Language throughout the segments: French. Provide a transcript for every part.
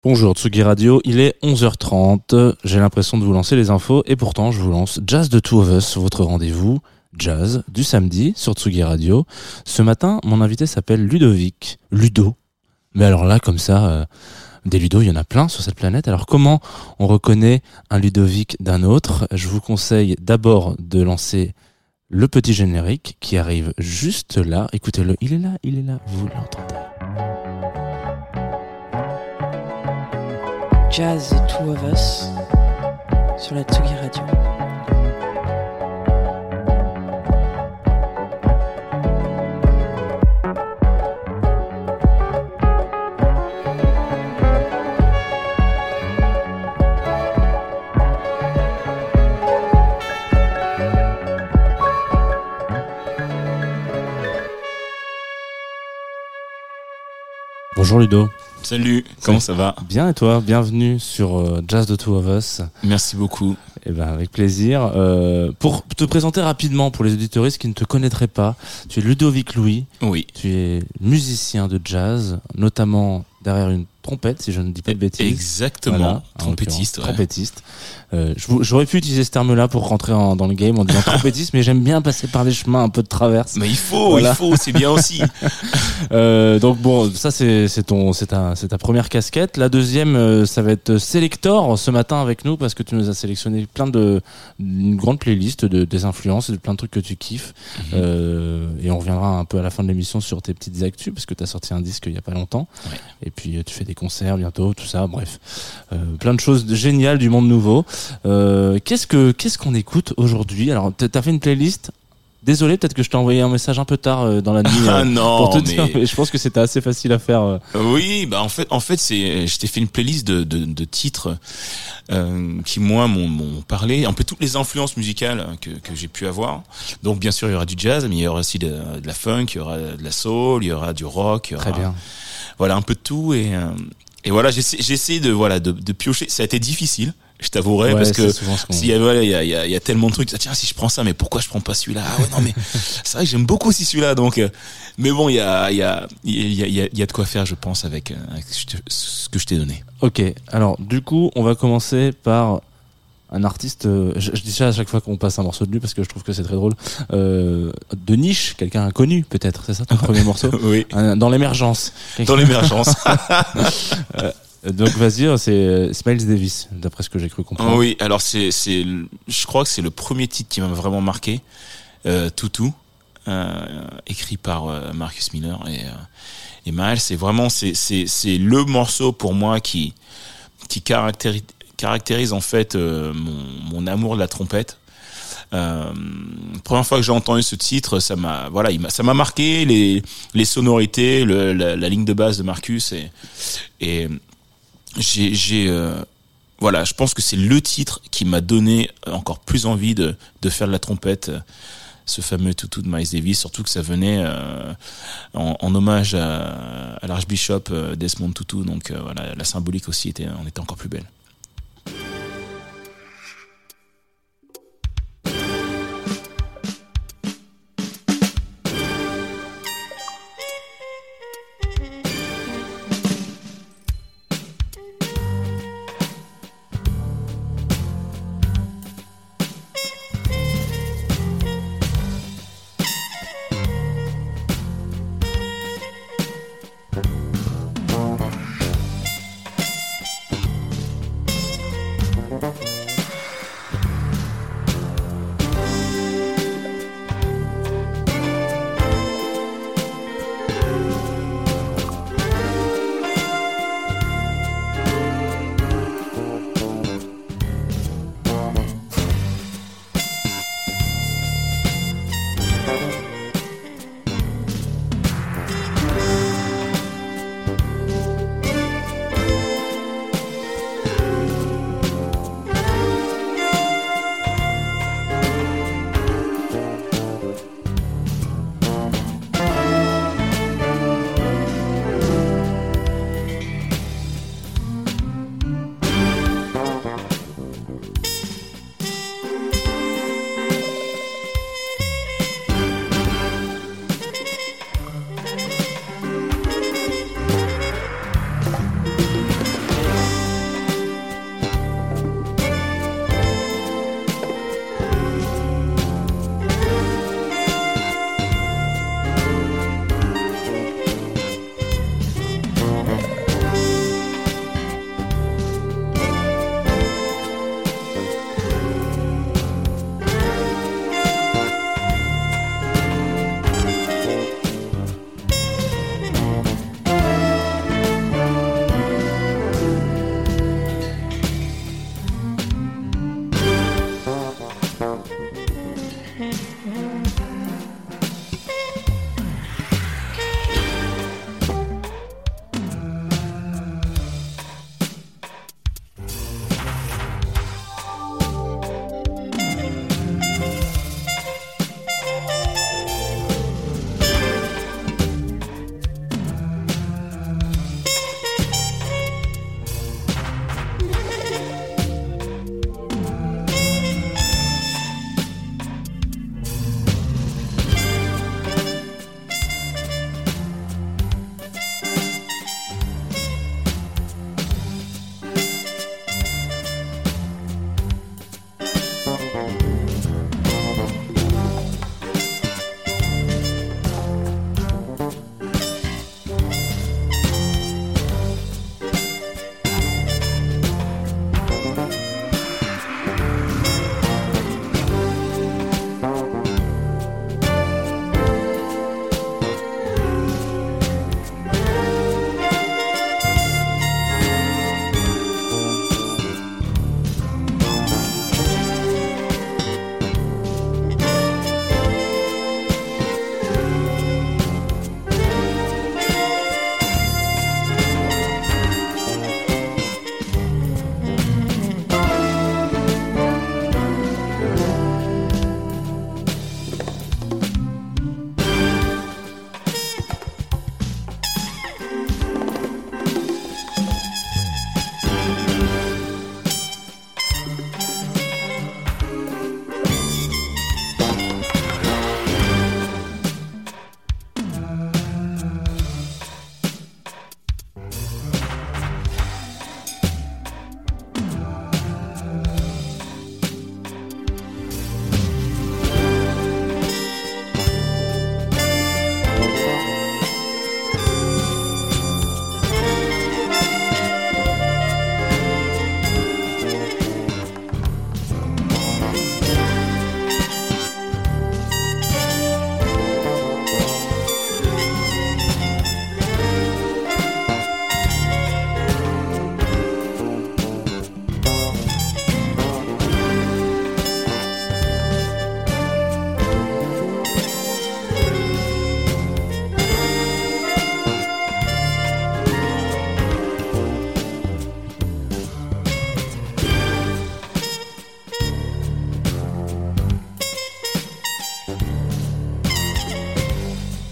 Bonjour Tsugi Radio, il est 11h30, j'ai l'impression de vous lancer les infos et pourtant je vous lance Jazz The Two of Us, votre rendez-vous jazz du samedi sur Tsugi Radio. Ce matin, mon invité s'appelle Ludo. Mais alors là, comme ça, des Ludo, il y en a plein sur cette planète. Alors comment on reconnaît un Ludovic d'un autre ? Je vous conseille d'abord de lancer le petit générique qui arrive juste là. Écoutez-le, il est là, vous l'entendez. Jazz The Two of Us sur la Tsugi Radio. Bonjour Ludo. Salut, comment ça va ? Bien et toi ? Bienvenue sur Jazz The Two of Us. Merci beaucoup. Eh ben avec plaisir. Pour te présenter rapidement pour les auditeuristes qui ne te connaîtraient pas, tu es Ludovic Louis. Oui. Tu es musicien de jazz, notamment derrière une trompette, si je ne dis pas de bêtises. Exactement, voilà, trompettiste. Ouais. Trompettiste. J'aurais pu utiliser ce terme-là pour rentrer dans le game en disant trompettiste, mais j'aime bien passer par les chemins un peu de traverse. Mais il faut, c'est bien aussi. Donc bon, ça c'est ta première casquette. La deuxième, ça va être Selector ce matin avec nous parce que tu nous as sélectionné une grande playlist des influences et de plein de trucs que tu kiffes. Et on reviendra un peu à la fin de l'émission sur tes petites actus parce que tu as sorti un disque il y a pas longtemps. Ouais. Et puis tu fais des concerts bientôt, tout ça, bref. Plein de choses géniales du monde nouveau. Qu'est-ce qu'on écoute aujourd'hui ? Alors, t'as fait une playlist ? Désolé, peut-être que je t'ai envoyé un message un peu tard dans la nuit non, pour te dire, mais je pense que c'était assez facile à faire. Oui, bah en fait, je t'ai fait une playlist de titres qui moi m'ont parlé, un peu toutes les influences musicales que j'ai pu avoir. Donc bien sûr, il y aura du jazz, mais il y aura aussi de la funk, il y aura de la soul, il y aura du rock, il y aura, très bien. Voilà, un peu de tout et voilà, j'essaie de piocher. Ça a été difficile. Je t'avouerai, parce que il y a tellement de trucs. Tiens, si je prends ça, mais pourquoi je prends pas celui-là ? Ah ouais, non, mais c'est vrai que j'aime beaucoup aussi celui-là. Donc, mais bon, il y a de quoi faire, je pense, avec ce que je t'ai donné. Ok. Alors, du coup, on va commencer par un artiste. Je dis ça à chaque fois qu'on passe un morceau de lui parce que je trouve que c'est très drôle. De niche, quelqu'un inconnu, peut-être. C'est ça ton premier morceau ? Oui. Dans l'émergence. Dans l'émergence. Donc vas-y, c'est Miles Davis, d'après ce que j'ai cru comprendre. Oui, alors je crois que c'est le premier titre qui m'a vraiment marqué, Toutou, écrit par Marcus Miller et Miles. C'est vraiment c'est le morceau pour moi qui caractérise en fait mon amour de la trompette. Première fois que j'ai entendu ce titre, ça m'a marqué les sonorités, la ligne de basse de Marcus et je pense que c'est le titre qui m'a donné encore plus envie de faire de la trompette, ce fameux Toutou de Miles Davis, surtout que ça venait en hommage à l'archbishop Desmond Tutu, donc voilà, la symbolique aussi était encore plus belle.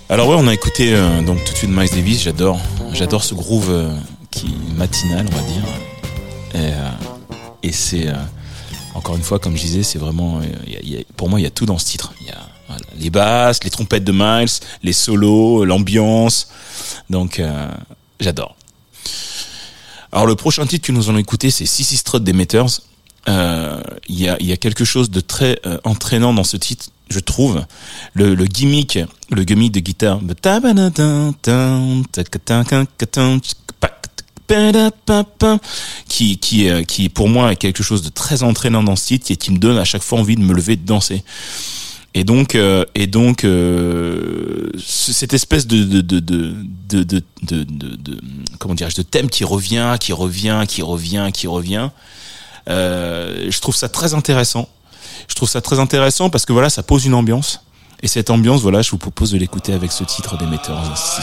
Alors ouais, on a écouté donc tout de suite Miles Davis. J'adore ce groove qui est matinal, on va dire. Et c'est encore une fois, comme je disais, c'est vraiment pour moi il y a tout dans ce titre. Il y a les basses, les trompettes de Miles, les solos, l'ambiance. Donc j'adore. Alors le prochain titre que nous allons écouter, c'est Sissy Strut des Meters. Il y a quelque chose de très entraînant dans ce titre, je trouve. Le gimmick de guitare qui pour moi est quelque chose de très entraînant dans ce titre et qui me donne à chaque fois envie de me lever et de danser. Et donc cette espèce de comment dirais-je, de thème qui revient. Je trouve ça très intéressant. Parce que voilà, ça pose une ambiance. Et cette ambiance, voilà, je vous propose de l'écouter avec ce titre des Meters.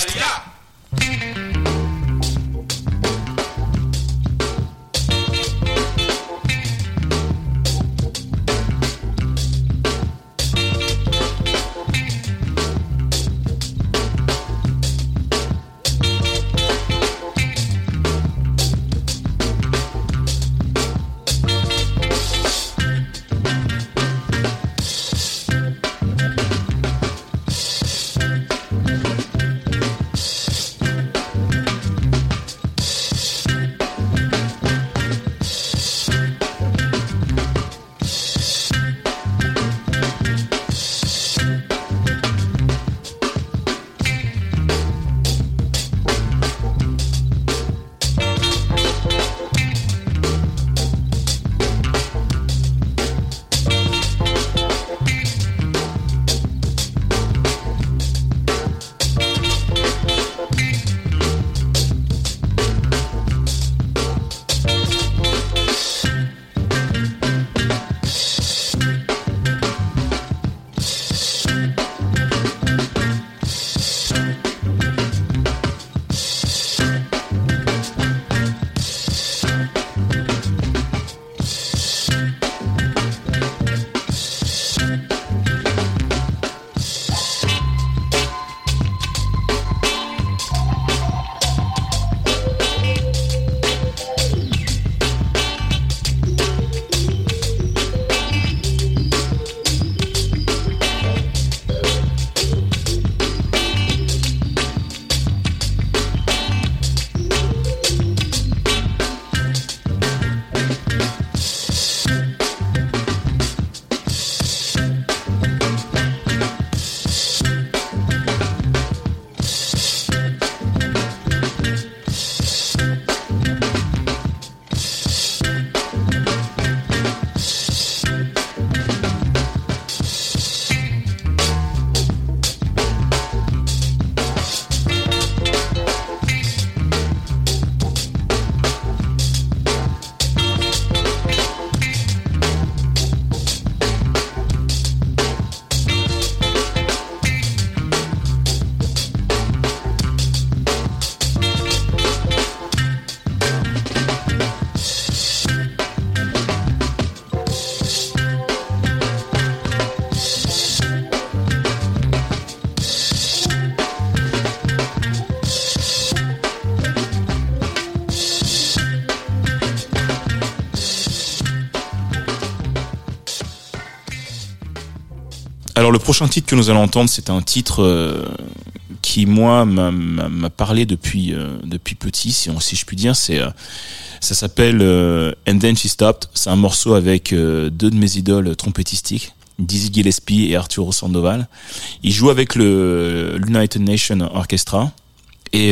Alors le prochain titre que nous allons entendre, c'est un titre qui moi m'a parlé depuis petit, si je puis dire. Ça s'appelle And Then She Stopped. C'est un morceau avec deux de mes idoles trompettistiques, Dizzy Gillespie et Arturo Sandoval. Ils jouent avec le United Nations Orchestra. Et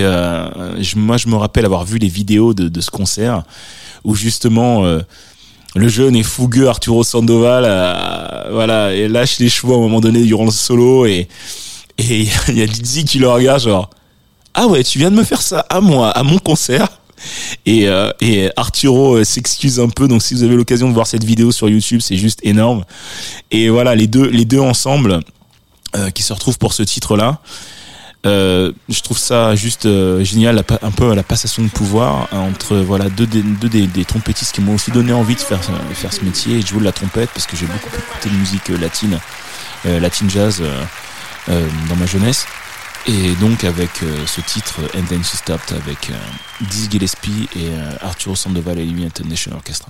moi je me rappelle avoir vu les vidéos de ce concert où justement le jeune et fougueux Arturo Sandoval voilà, et lâche les chevaux à un moment donné durant le solo, et il y a Dizzy qui le regarde genre ah ouais, tu viens de me faire ça à moi, à mon concert. Et Arturo s'excuse un peu, donc si vous avez l'occasion de voir cette vidéo sur YouTube, c'est juste énorme. Et voilà, les deux ensemble qui se retrouvent pour ce titre là. Je trouve ça juste génial, un peu à la passation de pouvoir entre voilà deux des trompettistes qui m'ont aussi donné envie de faire ce métier et de jouer de la trompette, parce que j'ai beaucoup écouté de musique latine jazz dans ma jeunesse. Et donc avec ce titre And Then She Stopped avec Dizzy Gillespie et Arturo Sandoval et lui International Orchestra.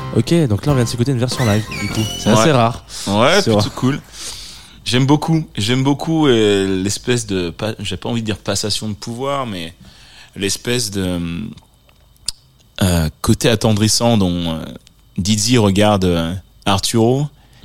Ok, donc là on vient de s'écouter une version live, du coup. C'est assez rare. Ouais, plutôt cool. J'aime beaucoup l'espèce de, j'ai pas envie de dire passation de pouvoir, mais l'espèce de côté attendrissant dont Dizzy regarde Arturo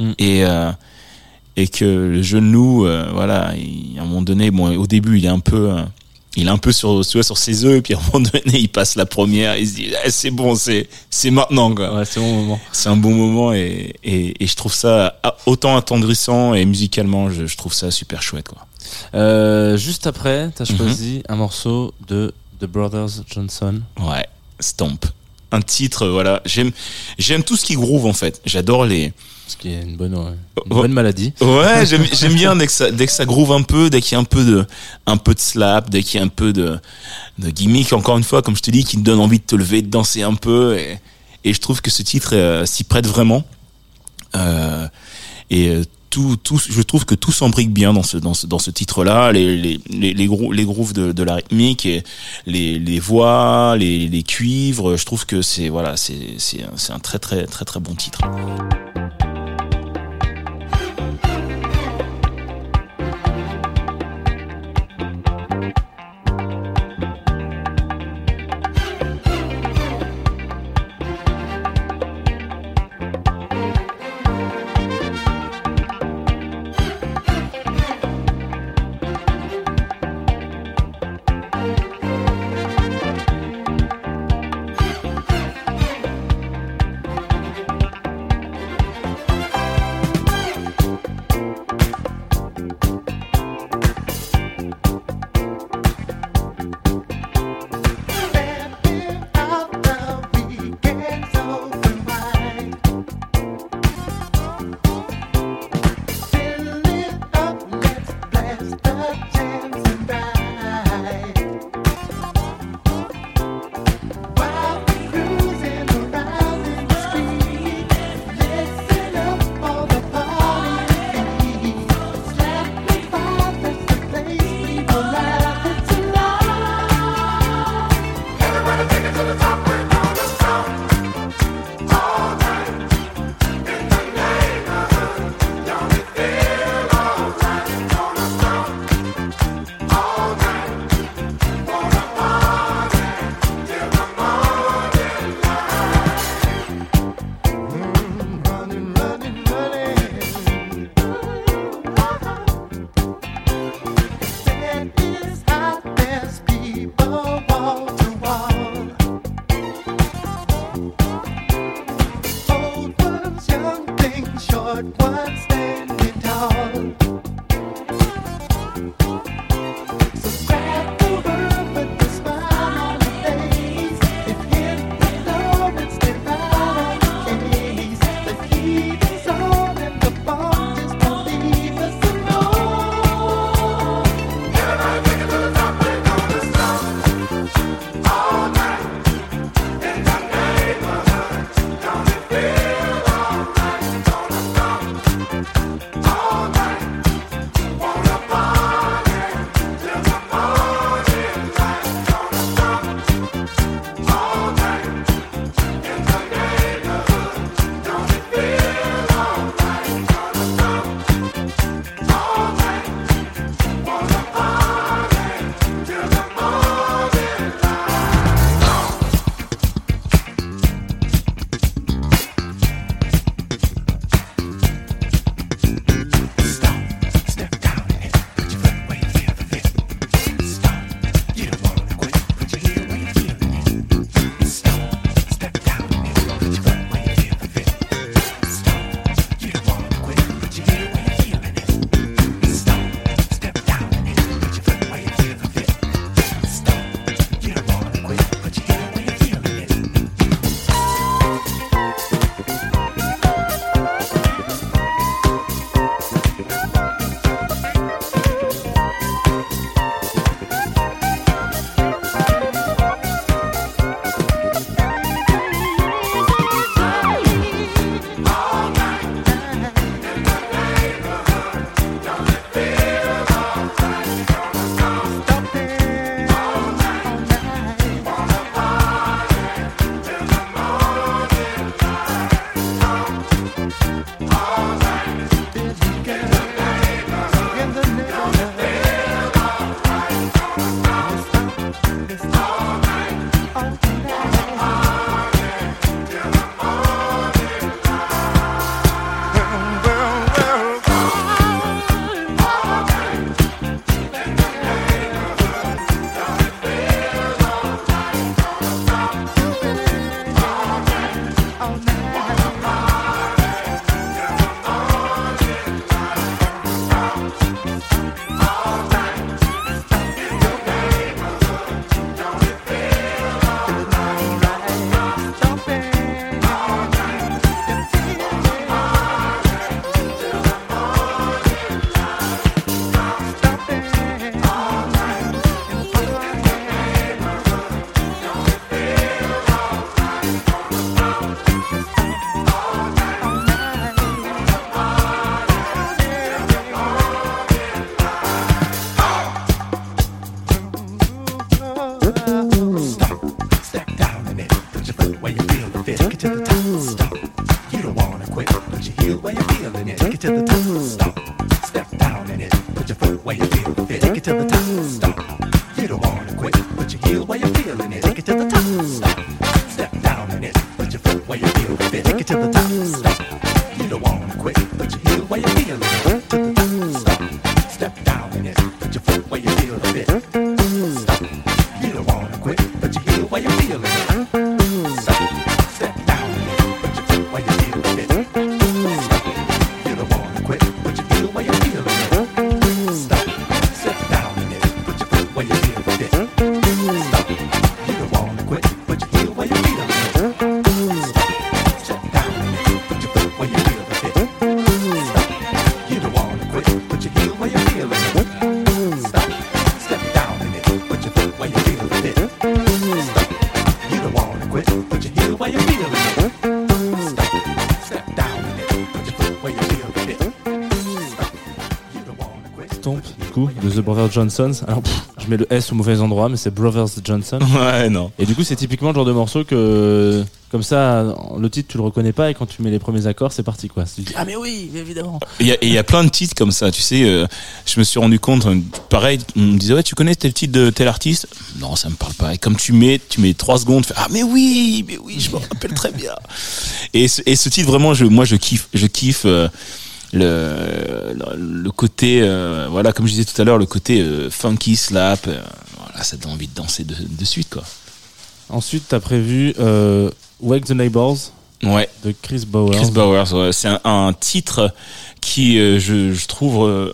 et que le jeune loup, voilà, à un moment donné, bon, au début il est un peu sur ses œufs, et puis à un moment donné il passe la première, il se dit c'est bon, c'est maintenant quoi. Ouais, c'est bon moment. C'est un bon moment et je trouve ça autant attendrissant et musicalement je trouve ça super chouette quoi. Juste après, t'as choisi un morceau de The Brothers Johnson. Ouais, Stomp. Un titre, voilà. J'aime tout ce qui groove en fait. J'adore ce qui est une bonne maladie. Ouais, j'aime bien dès que ça groove un peu, dès qu'il y a un peu de slap, dès qu'il y a un peu de gimmick, encore une fois, comme je te dis, qui te donne envie de te lever, de danser un peu, et je trouve que ce titre s'y prête vraiment. Je trouve que tout s'embrique bien dans ce titre-là, les grooves de la rythmique et les voix, les cuivres. Je trouve que c'est un très très très très bon titre. it to the top. Stop. You don't wanna quit, but you feel where you feel it. To the top. Stop. Step down in it. Put your foot where you feel a bit. Stop. You don't wanna quit, but you feel where you feel it. Stop. Step down in it. Put your foot where you feel a bit. Stop. You don't wanna quit, but you feel where you feel it. Stop. Step down in it. Put your foot where you feel a bit. Stop. You don't wanna quit, but you feel where you feel it. Step down in it. Put your foot where you feel a bit. Stop. You don't wanna quit, but you feel where you feel it. Stop. Step down in it. Put your foot where you feel a bit. Stop. You don't wanna quit, but you feel where you feel it. Stop. Step down in it. Put your foot where you feel a bit. Stop. You don't wanna quit. Stomp, du coup, de The Brothers Johnson. Alors, je mets le S au mauvais endroit, mais c'est Brothers Johnson. Ouais, non. Et du coup, c'est typiquement le genre de morceau que, comme ça, le titre, tu le reconnais pas, et quand tu mets les premiers accords, c'est parti, quoi. Tu dis, ah, mais oui, évidemment. Et il y a plein de titres comme ça, tu sais, je me suis rendu compte, pareil, on me disait, ouais, tu connais tel titre de tel artiste? Non, ça me parle pas. Et comme tu mets 3 secondes, tu fais, ah, mais oui, je me rappelle très bien. Et ce titre, vraiment, moi, je kiffe, le côté, voilà, comme je disais tout à l'heure, le côté funky slap, voilà, ça donne envie de danser de suite, quoi. Ensuite, t'as prévu Wake the Neighbors Ouais. de Chris Bowers. Chris Bowers, ouais. C'est un titre qui, je trouve,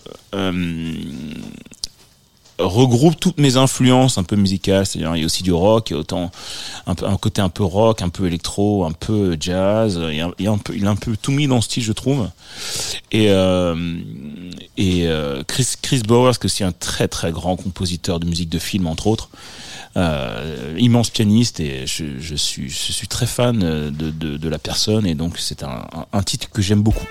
regroupe toutes mes influences un peu musicales, c'est-à-dire il y a aussi du rock, il y a autant un côté un peu rock, un peu électro, un peu jazz, il a un peu tout mis dans ce style, je trouve. Et Chris Bowers, que c'est un très très grand compositeur de musique de film entre autres, immense pianiste, et je suis très fan de la personne, et donc c'est un titre que j'aime beaucoup.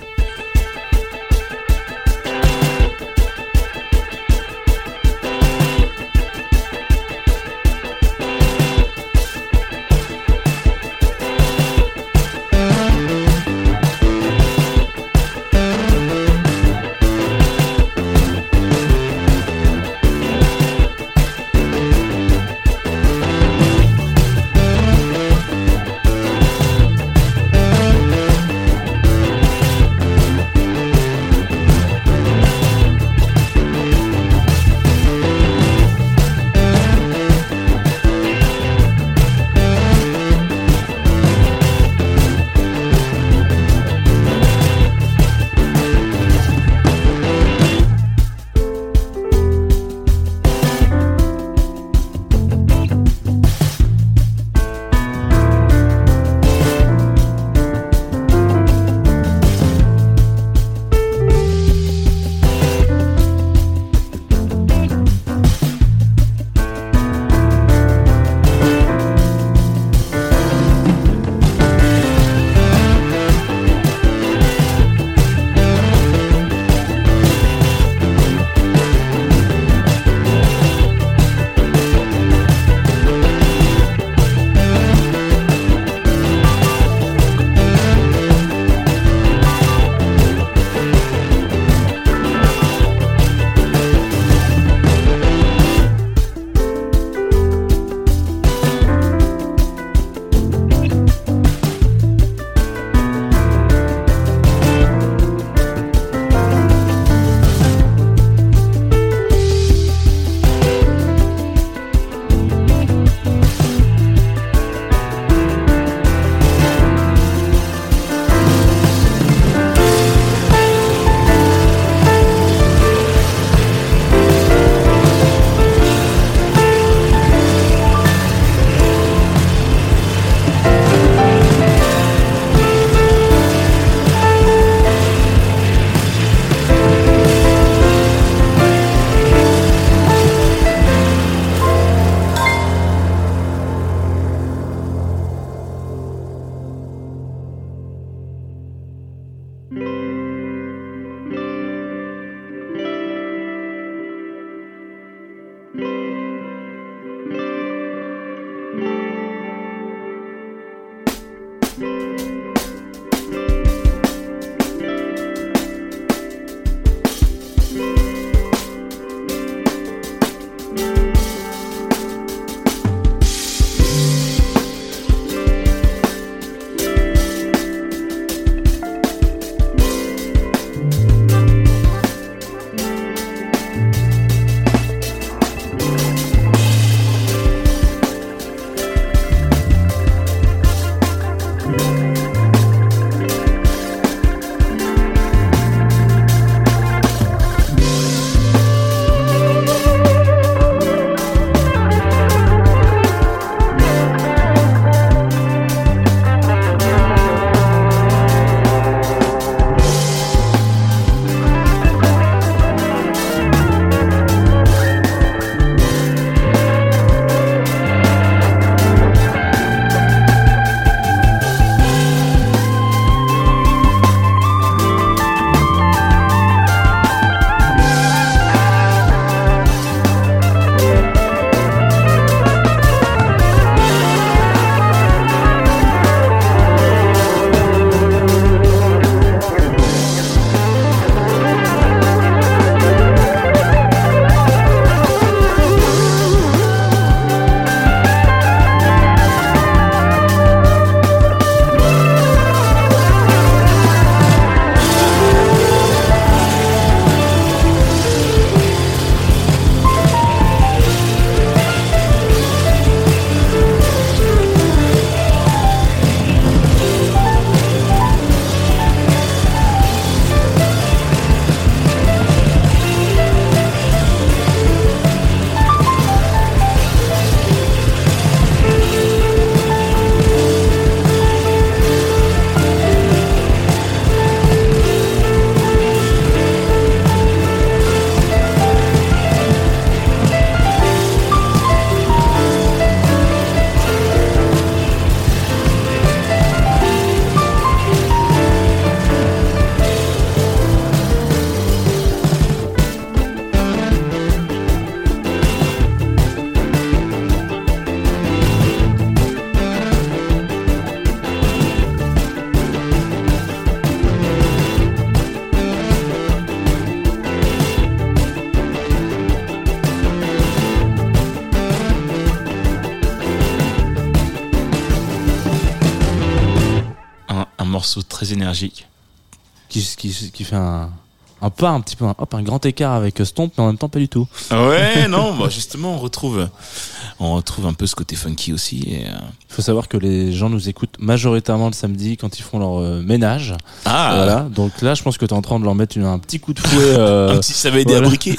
morceau très énergique. Qui fait un pas un petit peu un grand écart avec Stomp, mais en même temps pas du tout. Ouais, non, bah justement on retrouve un peu ce côté funky aussi. Il faut savoir que les gens nous écoutent majoritairement le samedi quand ils font leur ménage. Voilà. Donc là, je pense que t'es en train de leur mettre un petit coup de fouet. Ça va aider à briquer.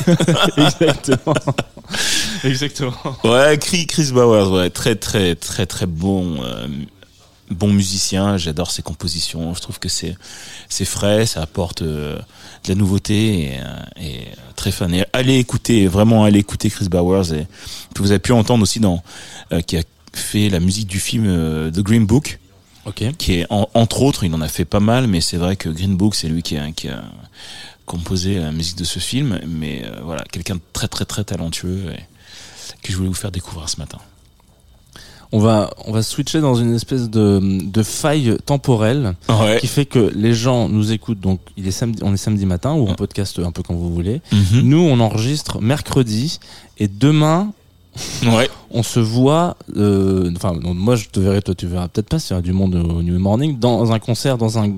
Exactement. Ouais, Chris Bowers, ouais, très très très très bon musicien. J'adore ses compositions. Je trouve que c'est frais, ça apporte de la nouveauté et très fan. Et allez écouter Chris Bowers. Et puis vous avez pu entendre aussi qui a fait la musique du film The Green Book. Okay. Qui est entre autres, il en a fait pas mal, mais c'est vrai que Green Book, c'est lui qui a composé la musique de ce film. Mais voilà, quelqu'un de très très très talentueux et que je voulais vous faire découvrir ce matin. On va switcher dans une espèce de faille temporelle qui fait que les gens nous écoutent. Donc on est samedi matin ou en podcast un peu quand vous voulez. Mm-hmm. Nous on enregistre mercredi et demain on se voit. Moi je te verrai, toi tu verras peut-être pas. S'il y a du monde au New Morning dans un concert dans un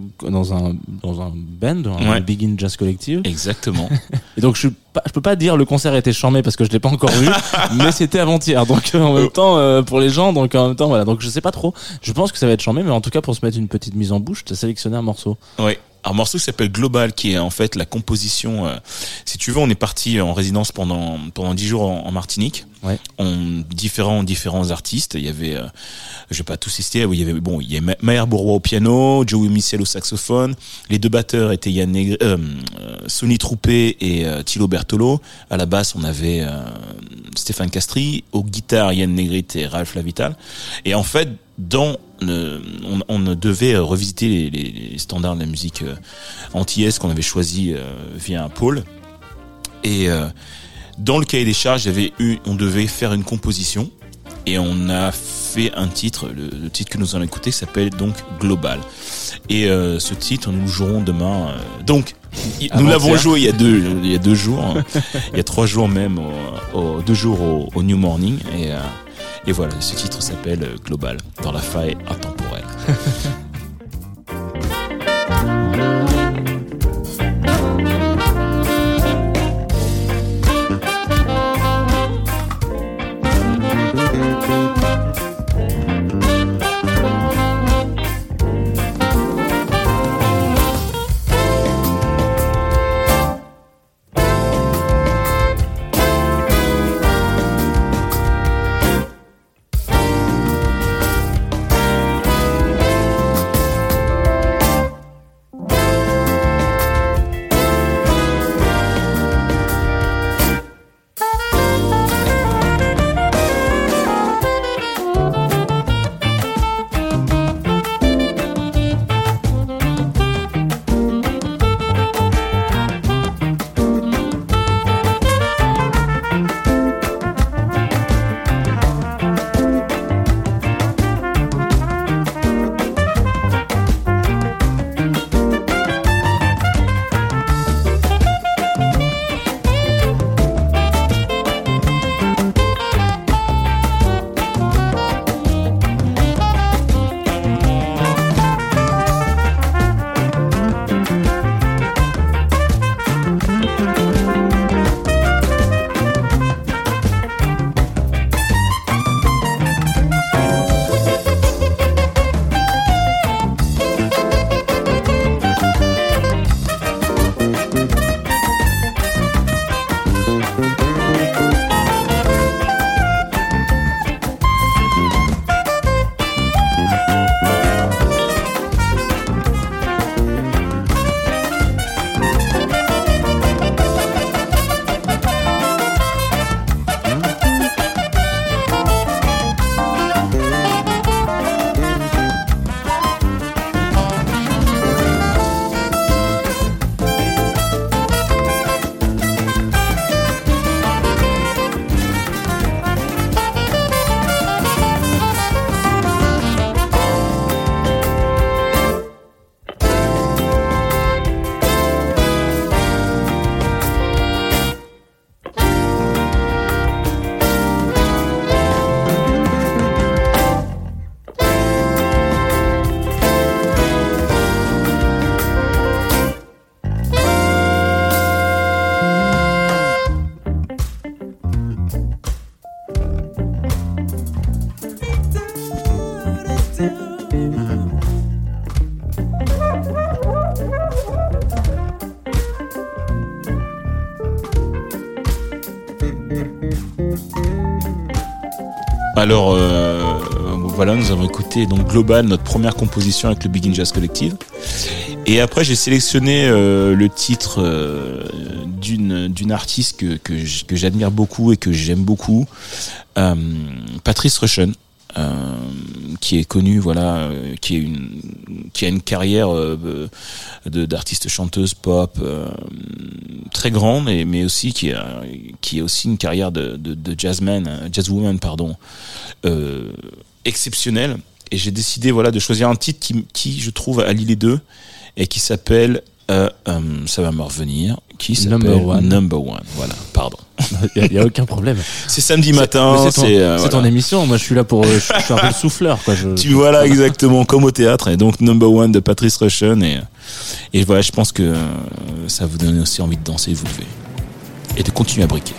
band, un Begin Jazz Collective. Exactement. Et donc je peux pas dire le concert était charmé parce que je l'ai pas encore vu, mais c'était avant-hier. Donc en même temps pour les gens, donc en même temps voilà. Donc je sais pas trop. Je pense que ça va être charmé, mais en tout cas pour se mettre une petite mise en bouche, tu as sélectionné un morceau. Oui. Un morceau qui s'appelle Global, qui est en fait la composition. Si tu veux, on est parti en résidence pendant 10 jours en Martinique. Ouais. Différents artistes. Il y avait, je vais pas tous citer. Il y avait Maher Bourrois au piano, Joey Michel au saxophone. Les deux batteurs étaient Sonny Troupé et Thilo Bertolo. À la basse, on avait Stéphane Castri. Aux guitares, Yann Negrit et Ralph Lavital. Et en fait, on devait revisiter les standards de la musique antillaise qu'on avait choisi via un pôle. Et dans le cahier des charges, on devait faire une composition et on a fait un titre. Le titre que nous allons écouter s'appelle donc Global. Et ce titre, nous le jouerons demain. Donc, nous l'avons joué il y a 2 jours, il y a 3 jours même, 2 jours au New Morning. Et voilà, ce titre s'appelle Global, dans la faille intemporelle. Alors voilà, nous avons écouté donc Global, notre première composition avec le Big In Jazz Collective. Et après j'ai sélectionné le titre d'une artiste que j'admire beaucoup et que j'aime beaucoup, Patrice Rushen, qui est connue, voilà, qui a une carrière d'artiste chanteuse pop très grande, mais aussi qui a aussi une carrière de jazzwoman pardon, exceptionnelle. Et j'ai décidé, voilà, de choisir un titre qui je trouve allie les deux et qui s'appelle ça va me revenir, qui s'appelle Number One. Voilà, pardon. Il y a aucun problème. C'est samedi matin, c'est ton émission. Moi, je suis là pour, je suis un peu le souffleur, quoi. Voilà, exactement, comme au théâtre. Et donc Number One de Patrice Rushen, et voilà, je pense que ça vous donne aussi envie de danser, de vous lever et de continuer à briquer.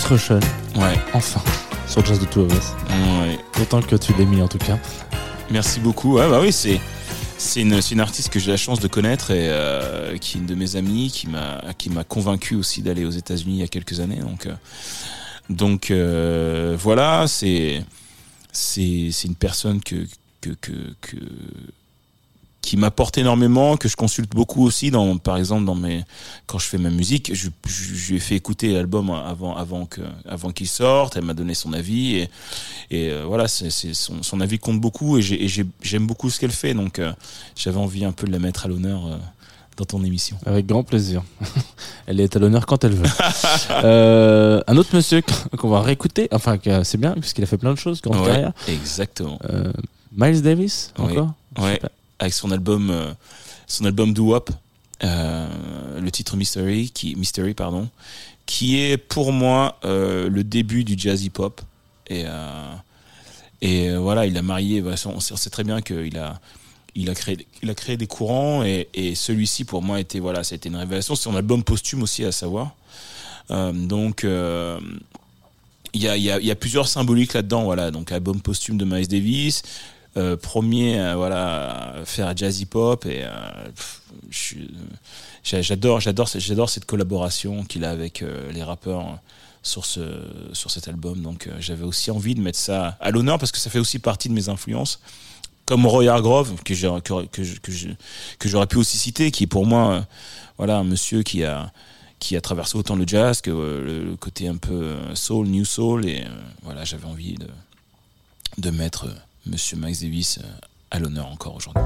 Russian. Ouais. Enfin, sur Just the Two of Us. Ouais. Content que tu l'aies mis en tout cas. Merci beaucoup. Ouais, bah oui, c'est une artiste que j'ai la chance de connaître et qui est une de mes amies qui m'a convaincu aussi d'aller aux États-Unis il y a quelques années. Donc voilà, c'est une personne qui m'apporte énormément, que je consulte beaucoup aussi par exemple quand je fais ma musique, je lui ai fait écouter l'album avant qu'il sorte, elle m'a donné son avis et voilà, c'est son avis compte beaucoup et j'aime beaucoup ce qu'elle fait, donc j'avais envie un peu de la mettre à l'honneur dans ton émission. Avec grand plaisir. Elle est à l'honneur quand elle veut. Un autre monsieur qu'on va réécouter, enfin c'est bien puisqu'il a fait plein de choses, grande carrière. Exactement. Miles Davis encore. Ouais. Avec son album Doo Wop, le titre Mystery, qui est pour moi le début du jazz hip-hop. Et voilà, il a marié. On sait très bien qu'il a créé des courants et celui-ci pour moi ça a été une révélation. C'est son album posthume aussi à savoir. Donc il y a plusieurs symboliques là-dedans. Voilà, donc album posthume de Miles Davis. Premier faire jazz hip hop et j'adore cette collaboration qu'il a avec les rappeurs sur cet album, donc j'avais aussi envie de mettre ça à l'honneur parce que ça fait aussi partie de mes influences, comme Roy Hargrove que j'aurais pu aussi citer, qui est pour moi un monsieur qui a traversé autant le jazz que le côté un peu soul, new soul, et j'avais envie de mettre Monsieur Miles Davis à l'honneur encore aujourd'hui.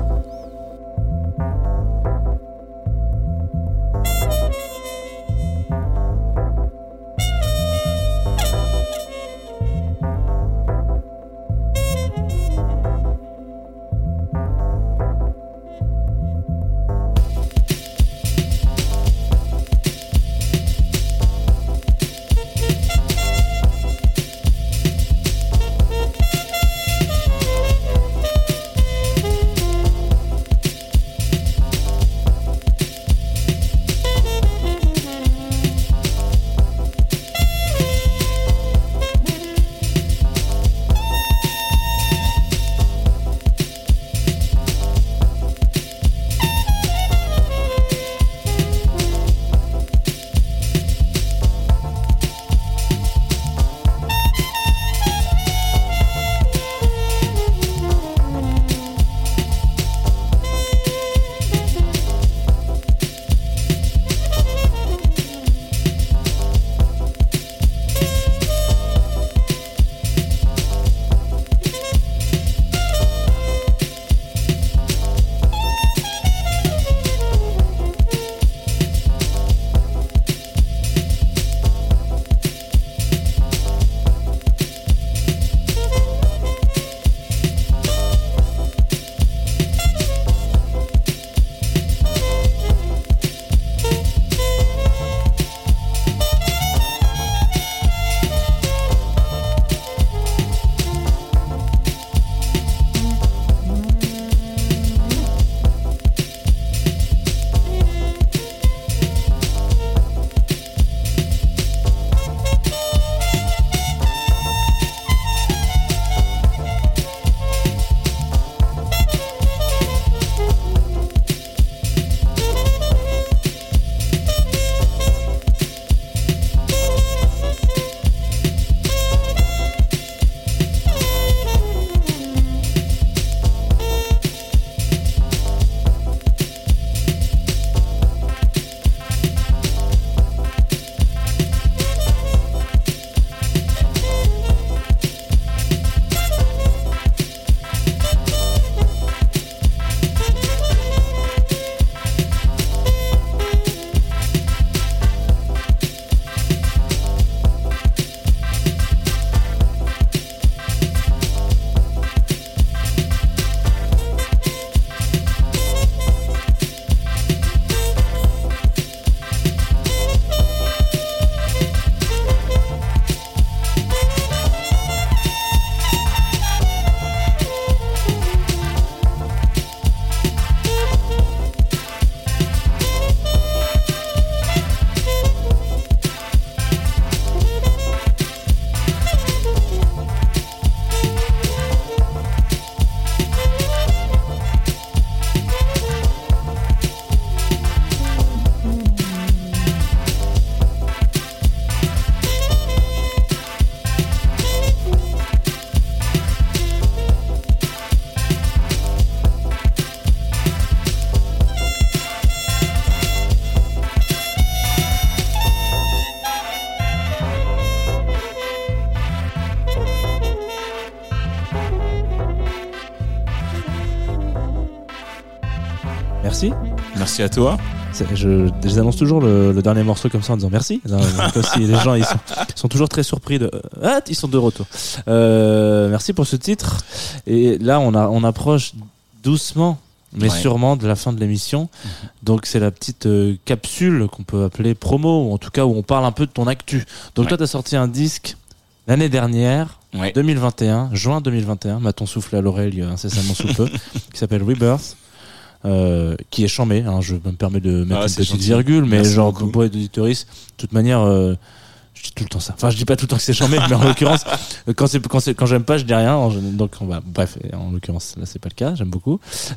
Merci. Merci à toi. Je les annonce toujours le dernier morceau comme ça en disant merci. Aussi, les gens ils sont toujours très surpris de ils sont de retour. Merci pour ce titre. Et là on approche doucement mais sûrement de la fin de l'émission. Donc c'est la petite capsule qu'on peut appeler promo, ou en tout cas où on parle un peu de ton actu. Donc toi t'as sorti un disque l'année dernière, 2021, juin 2021, m'a-t-on soufflé à l'oreille incessamment sous peu, qui s'appelle Rebirth. Qui est chambé, hein, je me permets de mettre une petite virgule, mais merci genre beaucoup. pour être auditoriste, de toute manière, je dis tout le temps ça. Enfin, je dis pas tout le temps que c'est chambé, mais en l'occurrence, quand j'aime pas, je dis rien. Donc bref, en l'occurrence, là c'est pas le cas. J'aime beaucoup.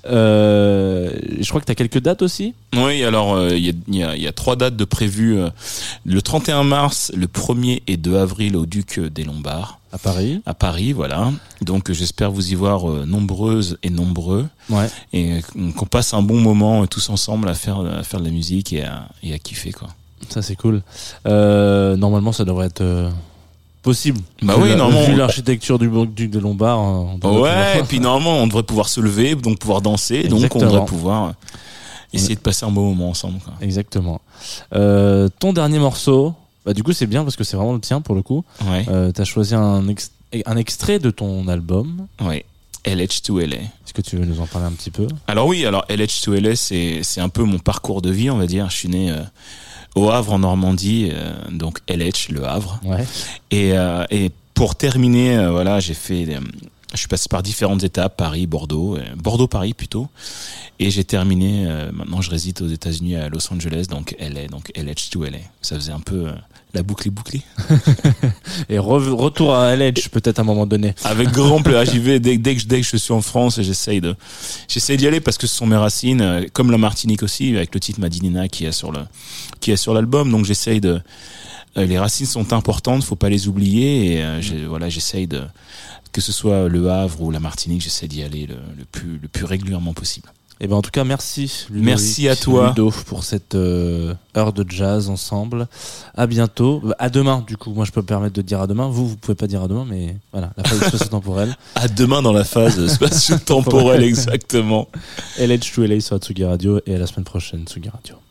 Je crois que t'as quelques dates aussi. Oui, alors il y a 3 dates de prévues. Le 31 mars, le 1er et 2 avril au Duc des Lombards. À Paris, voilà. Donc j'espère vous y voir nombreuses et nombreux. Ouais. Et qu'on passe un bon moment tous ensemble à faire de la musique et à kiffer, quoi. Ça c'est cool. Normalement, ça devrait être possible. Bah oui, normalement. Vu l'architecture du Duc des Lombards. Et puis normalement, on devrait pouvoir se lever, donc pouvoir danser, Exactement. donc on devrait pouvoir essayer de passer un bon moment ensemble, quoi. Exactement. Ton dernier morceau. Bah, du coup, c'est bien parce que c'est vraiment le tien pour le coup. Ouais. T'as choisi un extrait de ton album. Ouais. LH to LA. Est-ce que tu veux nous en parler un petit peu? Alors oui, LH to LA, c'est un peu mon parcours de vie, on va dire. Je suis né au Havre en Normandie, donc LH, le Havre. Ouais. Et pour terminer, voilà, je suis passé par différentes étapes, Paris, Bordeaux-Paris plutôt. Et j'ai terminé, maintenant je réside aux États-Unis à Los Angeles, donc LA, donc LH to LA. Ça faisait un peu la boucle est bouclée. Et retour à LH peut-être à un moment donné. Avec grand plaisir, j'y vais dès que je suis en France, j'essaye d'y aller parce que ce sont mes racines, comme la Martinique aussi, avec le titre Madinina qui est sur l'album. Donc j'essaye les racines sont importantes, faut pas les oublier. Et j'essaye que ce soit le Havre ou la Martinique, j'essaie d'y aller le plus régulièrement possible. Et ben en tout cas, merci Ludovic, merci à toi Ludo, pour cette heure de jazz ensemble. À bientôt. À demain, du coup. Moi, je peux me permettre de dire à demain. Vous pouvez pas dire à demain, mais voilà, la phase spatio-temporelle. À demain dans la phase spatio-temporelle, exactement. LH to LA sur Tsugi Radio et à la semaine prochaine, Tsugi Radio.